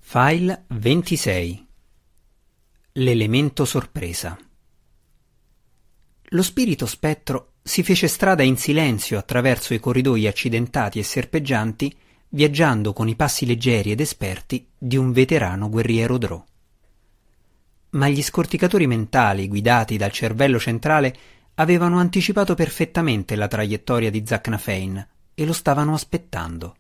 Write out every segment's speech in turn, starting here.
File 26. L'elemento sorpresa. Lo spirito spettro si fece strada in silenzio attraverso i corridoi accidentati e serpeggianti, viaggiando con i passi leggeri ed esperti di un veterano guerriero Drow. Ma gli scorticatori mentali, guidati dal cervello centrale, avevano anticipato perfettamente la traiettoria di Zaknafein e lo stavano aspettando.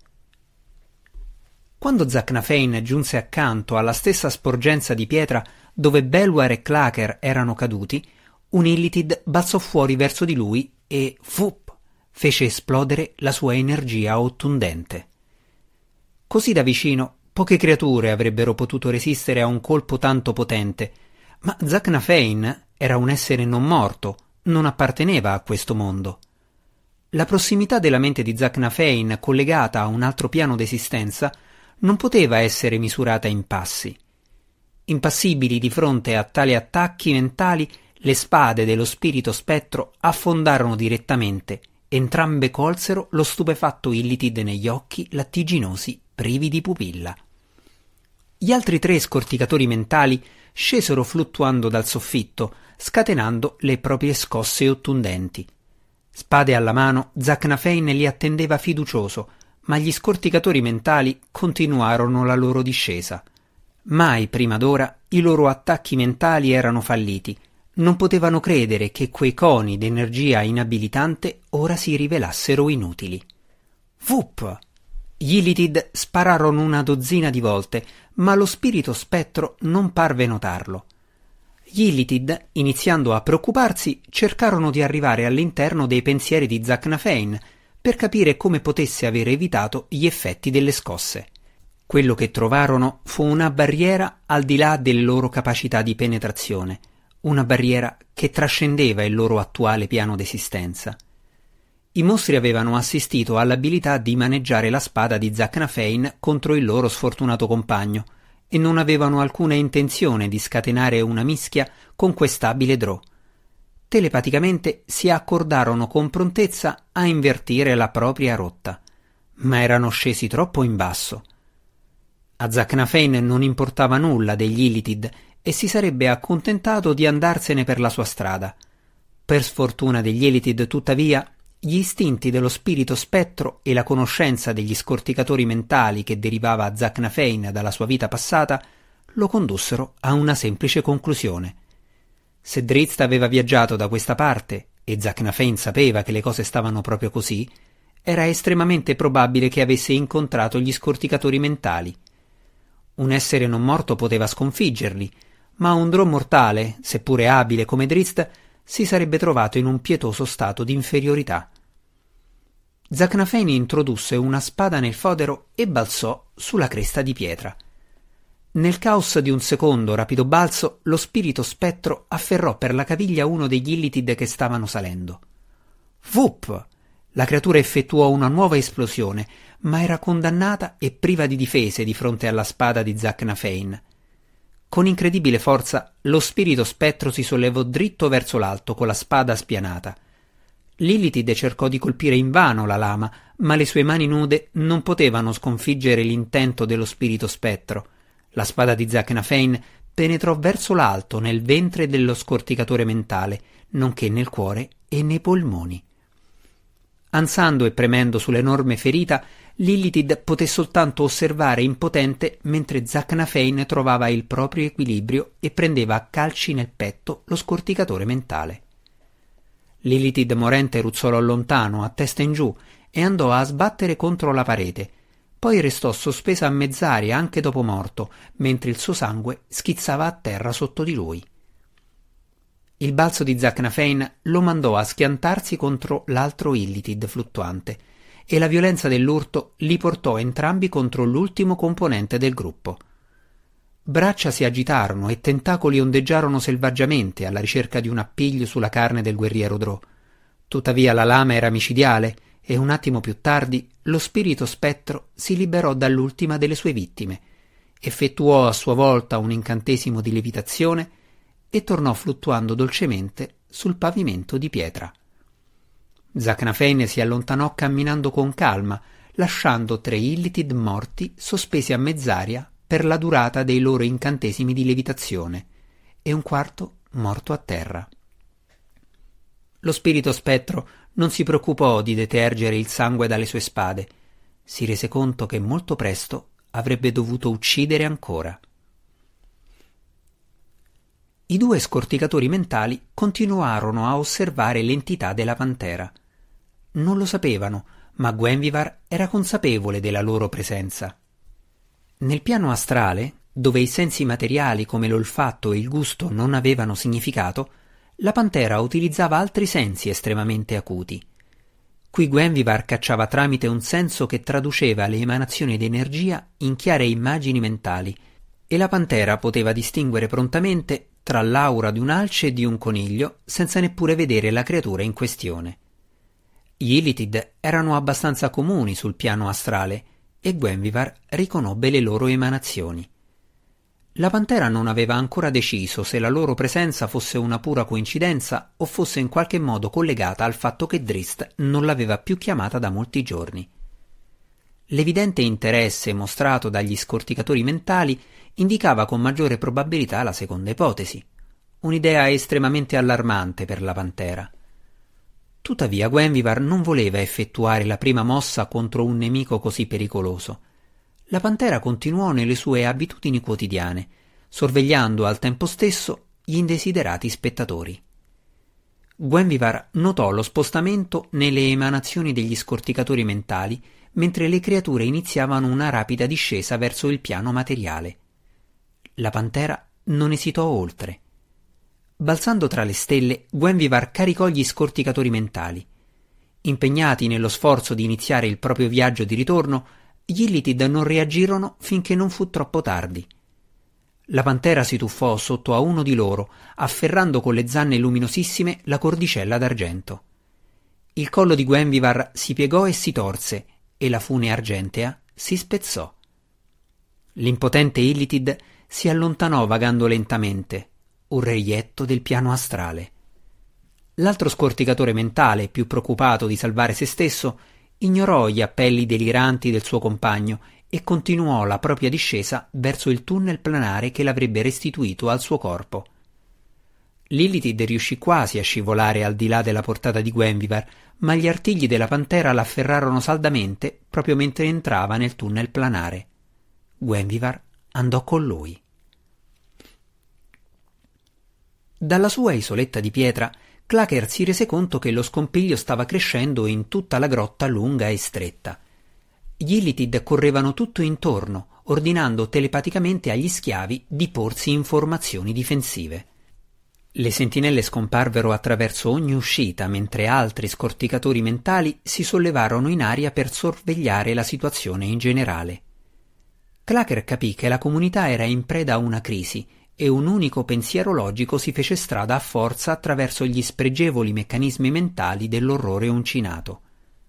Quando Zaknafein giunse accanto alla stessa sporgenza di pietra dove Belwar e Clacker erano caduti, un Illithid balzò fuori verso di lui e, fup, fece esplodere la sua energia ottundente. Così da vicino poche creature avrebbero potuto resistere a un colpo tanto potente, ma Zaknafein era un essere non morto, non apparteneva a questo mondo. La prossimità della mente di Zaknafein, collegata a un altro piano d'esistenza, non poteva essere misurata in passi. Impassibili di fronte a tali attacchi mentali, le spade dello spirito spettro affondarono direttamente. Entrambe colsero lo stupefatto Illithid negli occhi lattiginosi, privi di pupilla. Gli altri tre scorticatori mentali scesero fluttuando dal soffitto, scatenando le proprie scosse ottundenti. Spade alla mano, Zaknafein li attendeva fiducioso, ma gli scorticatori mentali continuarono la loro discesa. Mai prima d'ora i loro attacchi mentali erano falliti. Non potevano credere che quei coni d'energia inabilitante ora si rivelassero inutili. Vup! Gli Illithid spararono una dozzina di volte, ma lo spirito spettro non parve notarlo. Gli Illithid, iniziando a preoccuparsi, cercarono di arrivare all'interno dei pensieri di Zaknafein per capire come potesse avere evitato gli effetti delle scosse. Quello che trovarono fu una barriera al di là delle loro capacità di penetrazione, una barriera che trascendeva il loro attuale piano d'esistenza. I mostri avevano assistito all'abilità di maneggiare la spada di Zaknafein contro il loro sfortunato compagno e non avevano alcuna intenzione di scatenare una mischia con quest'abile Drow. Telepaticamente si accordarono con prontezza a invertire la propria rotta, ma erano scesi troppo in basso. A Zaknafein non importava nulla degli Illithid e si sarebbe accontentato di andarsene per la sua strada. Per sfortuna degli Illithid, tuttavia, gli istinti dello spirito spettro e la conoscenza degli scorticatori mentali che derivava a Zaknafein dalla sua vita passata lo condussero a una semplice conclusione. Se Drizzt aveva viaggiato da questa parte, e Zaknafein sapeva che le cose stavano proprio così, era estremamente probabile che avesse incontrato gli scorticatori mentali. Un essere non morto poteva sconfiggerli, ma un Drow mortale, seppure abile come Drizzt, si sarebbe trovato in un pietoso stato di inferiorità. Zaknafein introdusse una spada nel fodero e balzò sulla cresta di pietra. Nel caos di un secondo rapido balzo, lo spirito spettro afferrò per la caviglia uno degli Illithid che stavano salendo. Vup! La creatura effettuò una nuova esplosione, ma era condannata e priva di difese di fronte alla spada di Zaknafein. Con incredibile forza, lo spirito spettro si sollevò dritto verso l'alto con la spada spianata. L'Illithid cercò di colpire invano la lama, ma le sue mani nude non potevano sconfiggere l'intento dello spirito spettro. La spada di Zaknafein penetrò verso l'alto nel ventre dello scorticatore mentale, nonché nel cuore e nei polmoni. Ansando e premendo sull'enorme ferita, l'Illithid poté soltanto osservare impotente mentre Zaknafein trovava il proprio equilibrio e prendeva a calci nel petto lo scorticatore mentale. L'Illithid morente ruzzolò lontano, a testa in giù, e andò a sbattere contro la parete. Poi restò sospesa a mezz'aria anche dopo morto, mentre il suo sangue schizzava a terra sotto di lui. Il balzo di Zaknafein lo mandò a schiantarsi contro l'altro Illithid fluttuante, e la violenza dell'urto li portò entrambi contro l'ultimo componente del gruppo. Braccia si agitarono e tentacoli ondeggiarono selvaggiamente alla ricerca di un appiglio sulla carne del guerriero Drow. Tuttavia la lama era micidiale e un attimo più tardi lo spirito spettro si liberò dall'ultima delle sue vittime, effettuò a sua volta un incantesimo di levitazione e tornò fluttuando dolcemente sul pavimento di pietra. Zaknafein si allontanò camminando con calma, lasciando tre Illithid morti sospesi a mezz'aria per la durata dei loro incantesimi di levitazione e un quarto morto a terra. Lo spirito spettro non si preoccupò di detergere il sangue dalle sue spade. Si rese conto che molto presto avrebbe dovuto uccidere ancora. I due scorticatori mentali continuarono a osservare l'entità della pantera. Non lo sapevano, ma Gwenvivar era consapevole della loro presenza. Nel piano astrale, dove i sensi materiali come l'olfatto e il gusto non avevano significato, la pantera utilizzava altri sensi estremamente acuti. Qui Gwenvivar cacciava tramite un senso che traduceva le emanazioni d'energia in chiare immagini mentali, e la pantera poteva distinguere prontamente tra l'aura di un'alce e di un coniglio senza neppure vedere la creatura in questione. Gli Illithid erano abbastanza comuni sul piano astrale e Gwenvivar riconobbe le loro emanazioni. La pantera non aveva ancora deciso se la loro presenza fosse una pura coincidenza o fosse in qualche modo collegata al fatto che Drizzt non l'aveva più chiamata da molti giorni. L'evidente interesse mostrato dagli scorticatori mentali indicava con maggiore probabilità la seconda ipotesi, un'idea estremamente allarmante per la pantera. Tuttavia Gwenvivar non voleva effettuare la prima mossa contro un nemico così pericoloso. La pantera continuò nelle sue abitudini quotidiane, sorvegliando al tempo stesso gli indesiderati spettatori. Gwenvivar notò lo spostamento nelle emanazioni degli scorticatori mentali mentre le creature iniziavano una rapida discesa verso il piano materiale. La pantera non esitò oltre. Balzando tra le stelle, Gwenvivar caricò gli scorticatori mentali. Impegnati nello sforzo di iniziare il proprio viaggio di ritorno, gli Illithid non reagirono finché non fu troppo tardi. La pantera si tuffò sotto a uno di loro, afferrando con le zanne luminosissime la cordicella d'argento. Il collo di Gwenvivar si piegò e si torse, e la fune argentea si spezzò. L'impotente Illithid si allontanò vagando lentamente, un reietto del piano astrale. L'altro scorticatore mentale, più preoccupato di salvare se stesso, ignorò gli appelli deliranti del suo compagno e continuò la propria discesa verso il tunnel planare che l'avrebbe restituito al suo corpo. L'Illithid riuscì quasi a scivolare al di là della portata di Gwenvivar, ma gli artigli della pantera l'afferrarono saldamente proprio mentre entrava nel tunnel planare. Gwenvivar andò con lui. Dalla sua isoletta di pietra, Clacker si rese conto che lo scompiglio stava crescendo in tutta la grotta lunga e stretta. Gli Illithid correvano tutto intorno, ordinando telepaticamente agli schiavi di porsi in formazioni difensive. Le sentinelle scomparvero attraverso ogni uscita, mentre altri scorticatori mentali si sollevarono in aria per sorvegliare la situazione in generale. Clacker capì che la comunità era in preda a una crisi e un unico pensiero logico si fece strada a forza attraverso gli spregevoli meccanismi mentali dell'orrore uncinato.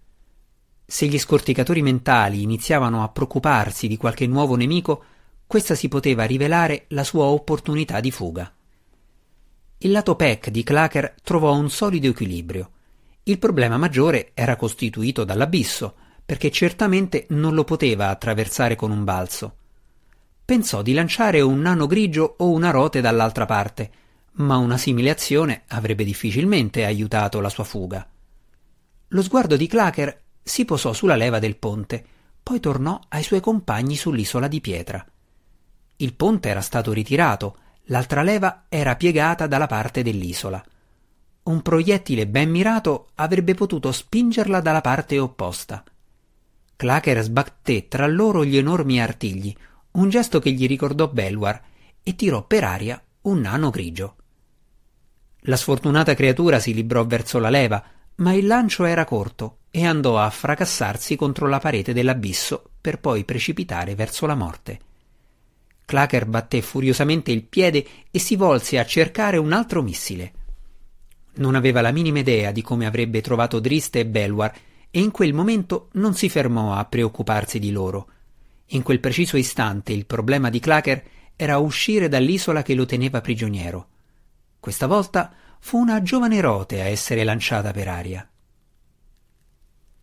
Se gli scorticatori mentali iniziavano a preoccuparsi di qualche nuovo nemico, questa si poteva rivelare la sua opportunità di fuga. Il lato PEC di Clacker trovò un solido equilibrio. Il problema maggiore era costituito dall'abisso, perché certamente non lo poteva attraversare con un balzo. Pensò di lanciare un nano grigio o una rote dall'altra parte, ma una simile azione avrebbe difficilmente aiutato la sua fuga. Lo sguardo di Clacker si posò sulla leva del ponte, poi tornò ai suoi compagni sull'isola di pietra. Il ponte era stato ritirato, l'altra leva era piegata dalla parte dell'isola. Un proiettile ben mirato avrebbe potuto spingerla dalla parte opposta. Clacker sbatté tra loro gli enormi artigli, un gesto che gli ricordò Belwar, e tirò per aria un nano grigio. La sfortunata creatura si librò verso la leva, ma il lancio era corto e andò a fracassarsi contro la parete dell'abisso per poi precipitare verso la morte. Clacker batté furiosamente il piede e si volse a cercare un altro missile. Non aveva la minima idea di come avrebbe trovato Drizzt e Belwar e in quel momento non si fermò a preoccuparsi di loro. In quel preciso istante il problema di Clacker era uscire dall'isola che lo teneva prigioniero. Questa volta fu una giovane rote a essere lanciata per aria.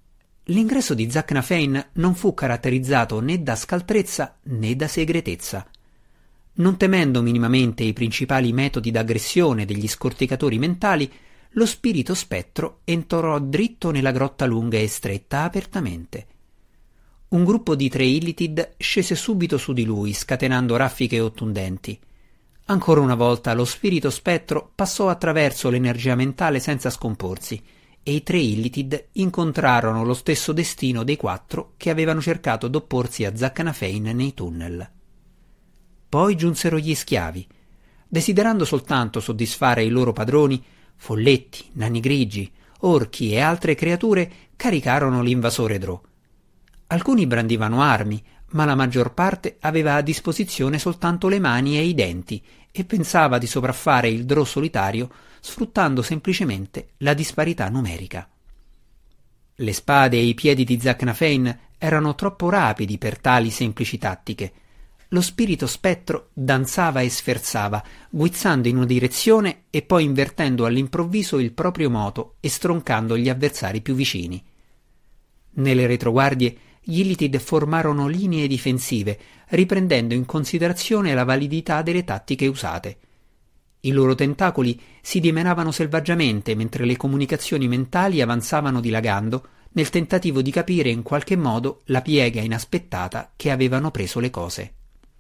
L'ingresso di Zacnafein non fu caratterizzato né da scaltrezza né da segretezza. Non temendo minimamente i principali metodi d'aggressione degli scorticatori mentali, lo spirito spettro entrò dritto nella grotta lunga e stretta apertamente. Un gruppo di 3 Illithid scese subito su di lui, scatenando raffiche ottundenti. Ancora una volta lo spirito spettro passò attraverso l'energia mentale senza scomporsi, e i 3 Illithid incontrarono lo stesso destino dei 4 che avevano cercato d'opporsi a Zacnafein nei tunnel. Poi giunsero gli schiavi. Desiderando soltanto soddisfare i loro padroni, folletti, nani grigi, orchi e altre creature caricarono l'invasore Drow. Alcuni brandivano armi, ma la maggior parte aveva a disposizione soltanto le mani e i denti e pensava di sopraffare il Drow solitario sfruttando semplicemente la disparità numerica. Le spade e i piedi di Zacnafein erano troppo rapidi per tali semplici tattiche. Lo spirito spettro danzava e sferzava, guizzando in una direzione e poi invertendo all'improvviso il proprio moto e stroncando gli avversari più vicini. Nelle retroguardie gli Illithid formarono linee difensive, riprendendo in considerazione la validità delle tattiche usate. I loro tentacoli si dimenavano selvaggiamente mentre le comunicazioni mentali avanzavano dilagando nel tentativo di capire in qualche modo la piega inaspettata che avevano preso le cose.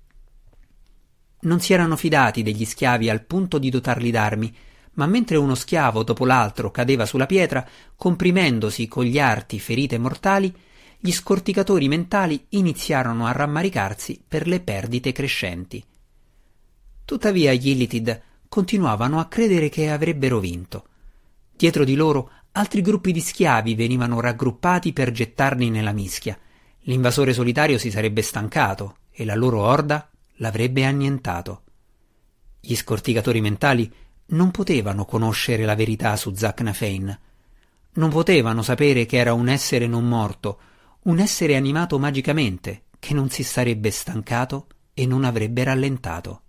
Non si erano fidati degli schiavi al punto di dotarli d'armi, ma mentre uno schiavo dopo l'altro cadeva sulla pietra, comprimendosi con gli arti ferite mortali, gli scorticatori mentali iniziarono a rammaricarsi per le perdite crescenti. Tuttavia gli Illithid continuavano a credere che avrebbero vinto. Dietro di loro altri gruppi di schiavi venivano raggruppati per gettarli nella mischia. L'invasore solitario si sarebbe stancato e la loro orda l'avrebbe annientato. Gli scorticatori mentali non potevano conoscere la verità su Zacnafein. Non potevano sapere che era un essere non morto, un essere animato magicamente, che non si sarebbe stancato e non avrebbe rallentato.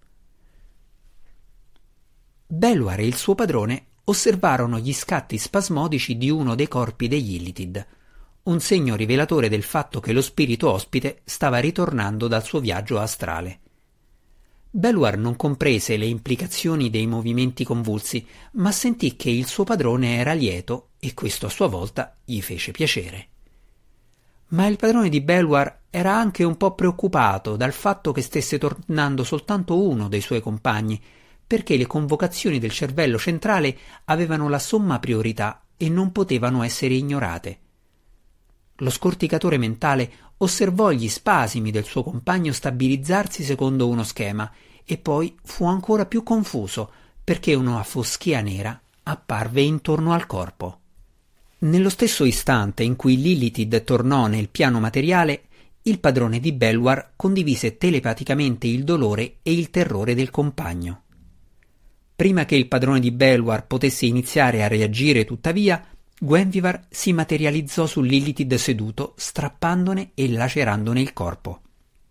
Belluar e il suo padrone osservarono gli scatti spasmodici di uno dei corpi degli Illithid, un segno rivelatore del fatto che lo spirito ospite stava ritornando dal suo viaggio astrale. Belluar non comprese le implicazioni dei movimenti convulsi, ma sentì che il suo padrone era lieto e questo a sua volta gli fece piacere. Ma il padrone di Belluar era anche un po' preoccupato dal fatto che stesse tornando soltanto uno dei suoi compagni, perché le convocazioni del cervello centrale avevano la somma priorità e non potevano essere ignorate. Lo scorticatore mentale osservò gli spasimi del suo compagno stabilizzarsi secondo uno schema e poi fu ancora più confuso perché una foschia nera apparve intorno al corpo. Nello stesso istante in cui Lillithid tornò nel piano materiale, il padrone di Belluar condivise telepaticamente il dolore e il terrore del compagno. Prima che il padrone di Belluar potesse iniziare a reagire, tuttavia, Gwenvivar si materializzò su Lillithid seduto, strappandone e lacerandone il corpo.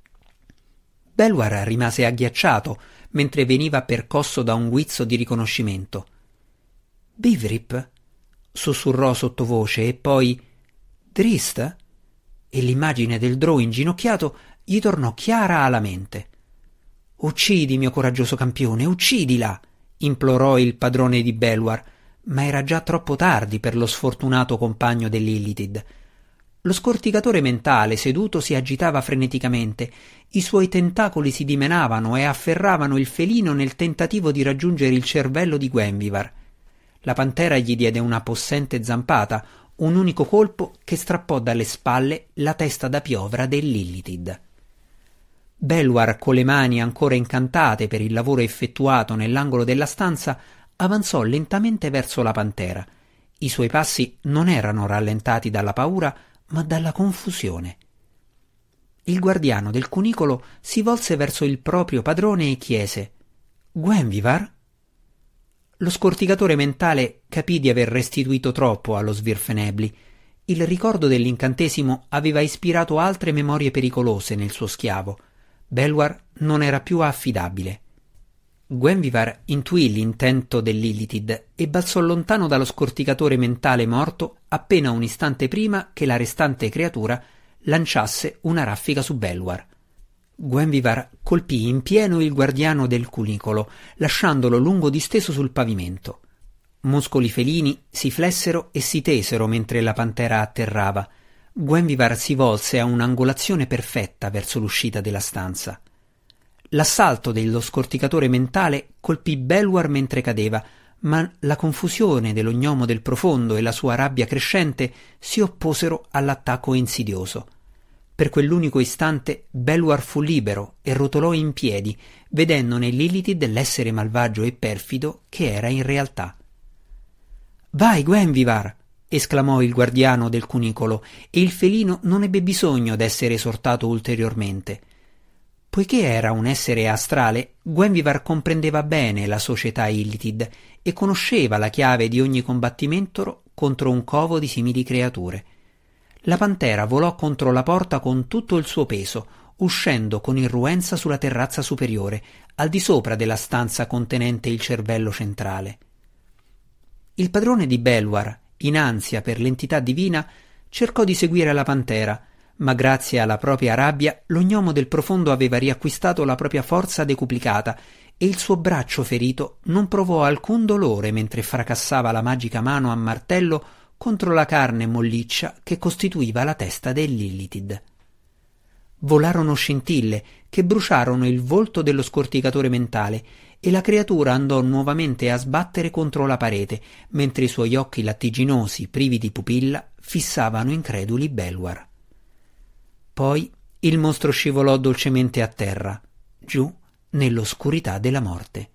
Belluar rimase agghiacciato mentre veniva percosso da un guizzo di riconoscimento. «Bivrip?» sussurrò sottovoce e poi «Drist?» e l'immagine del Drow inginocchiato gli tornò chiara alla mente. «Uccidi, mio coraggioso campione, uccidila!» implorò il padrone di Belluar, ma era già troppo tardi per lo sfortunato compagno dell'Illithid. Lo scorticatore mentale seduto si agitava freneticamente, i suoi tentacoli si dimenavano e afferravano il felino nel tentativo di raggiungere il cervello di Gwenvivar. La pantera gli diede una possente zampata, un unico colpo che strappò dalle spalle la testa da piovra dell'Illithid. Belluar, con le mani ancora incantate per il lavoro effettuato nell'angolo della stanza, avanzò lentamente verso la pantera. I suoi passi non erano rallentati dalla paura, ma dalla confusione. Il guardiano del cunicolo si volse verso il proprio padrone e chiese: «Gwenvivar?» Lo scorticatore mentale capì di aver restituito troppo allo Svirfenebli. Il ricordo dell'incantesimo aveva ispirato altre memorie pericolose nel suo schiavo. Belluar non era più affidabile. Gwenvivar intuì l'intento dell'Illitid e balzò lontano dallo scorticatore mentale morto appena un istante prima che la restante creatura lanciasse una raffica su Belluar. Gwenvivar colpì in pieno il guardiano del cunicolo, lasciandolo lungo disteso sul pavimento. Muscoli felini si flessero e si tesero mentre la pantera atterrava. Gwenvivar si volse a un'angolazione perfetta verso l'uscita della stanza. L'assalto dello scorticatore mentale colpì Belluar mentre cadeva, ma la confusione dello gnomo del profondo e la sua rabbia crescente si opposero all'attacco insidioso. Per quell'unico istante Belluar fu libero e rotolò in piedi, vedendo nell'Illitid l'essere malvagio e perfido che era in realtà. «Vai, Gwenvivar!» esclamò il guardiano del cunicolo, e il felino non ebbe bisogno d'essere esortato ulteriormente. Poiché era un essere astrale, Gwenvivar comprendeva bene la società Illitid e conosceva la chiave di ogni combattimento contro un covo di simili creature. La pantera volò contro la porta con tutto il suo peso, uscendo con irruenza sulla terrazza superiore, al di sopra della stanza contenente il cervello centrale. Il padrone di Belluar, in ansia per l'entità divina, cercò di seguire la pantera, ma grazie alla propria rabbia lo gnomo del profondo aveva riacquistato la propria forza decuplicata e il suo braccio ferito non provò alcun dolore mentre fracassava la magica mano a martello contro la carne molliccia che costituiva la testa dell'Illitid. Volarono scintille che bruciarono il volto dello scorticatore mentale e la creatura andò nuovamente a sbattere contro la parete, mentre i suoi occhi lattiginosi, privi di pupilla, fissavano increduli Belluar. Poi il mostro scivolò dolcemente a terra, giù nell'oscurità della morte.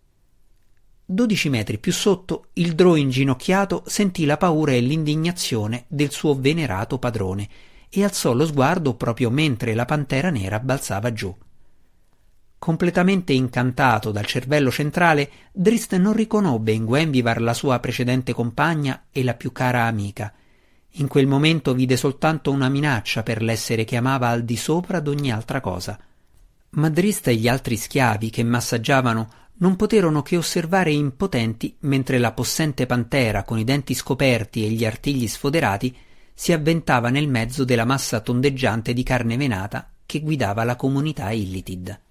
12 metri più sotto, il Drow inginocchiato sentì la paura e l'indignazione del suo venerato padrone e alzò lo sguardo proprio mentre la pantera nera balzava giù. Completamente incantato dal cervello centrale, Drizzt non riconobbe in Gwenvivar la sua precedente compagna e la più cara amica. In quel momento vide soltanto una minaccia per l'essere che amava al di sopra d'ogni altra cosa. Ma Drizzt e gli altri schiavi che massaggiavano non poterono che osservare impotenti mentre la possente pantera, con i denti scoperti e gli artigli sfoderati, si avventava nel mezzo della massa tondeggiante di carne venata che guidava la comunità Illitid.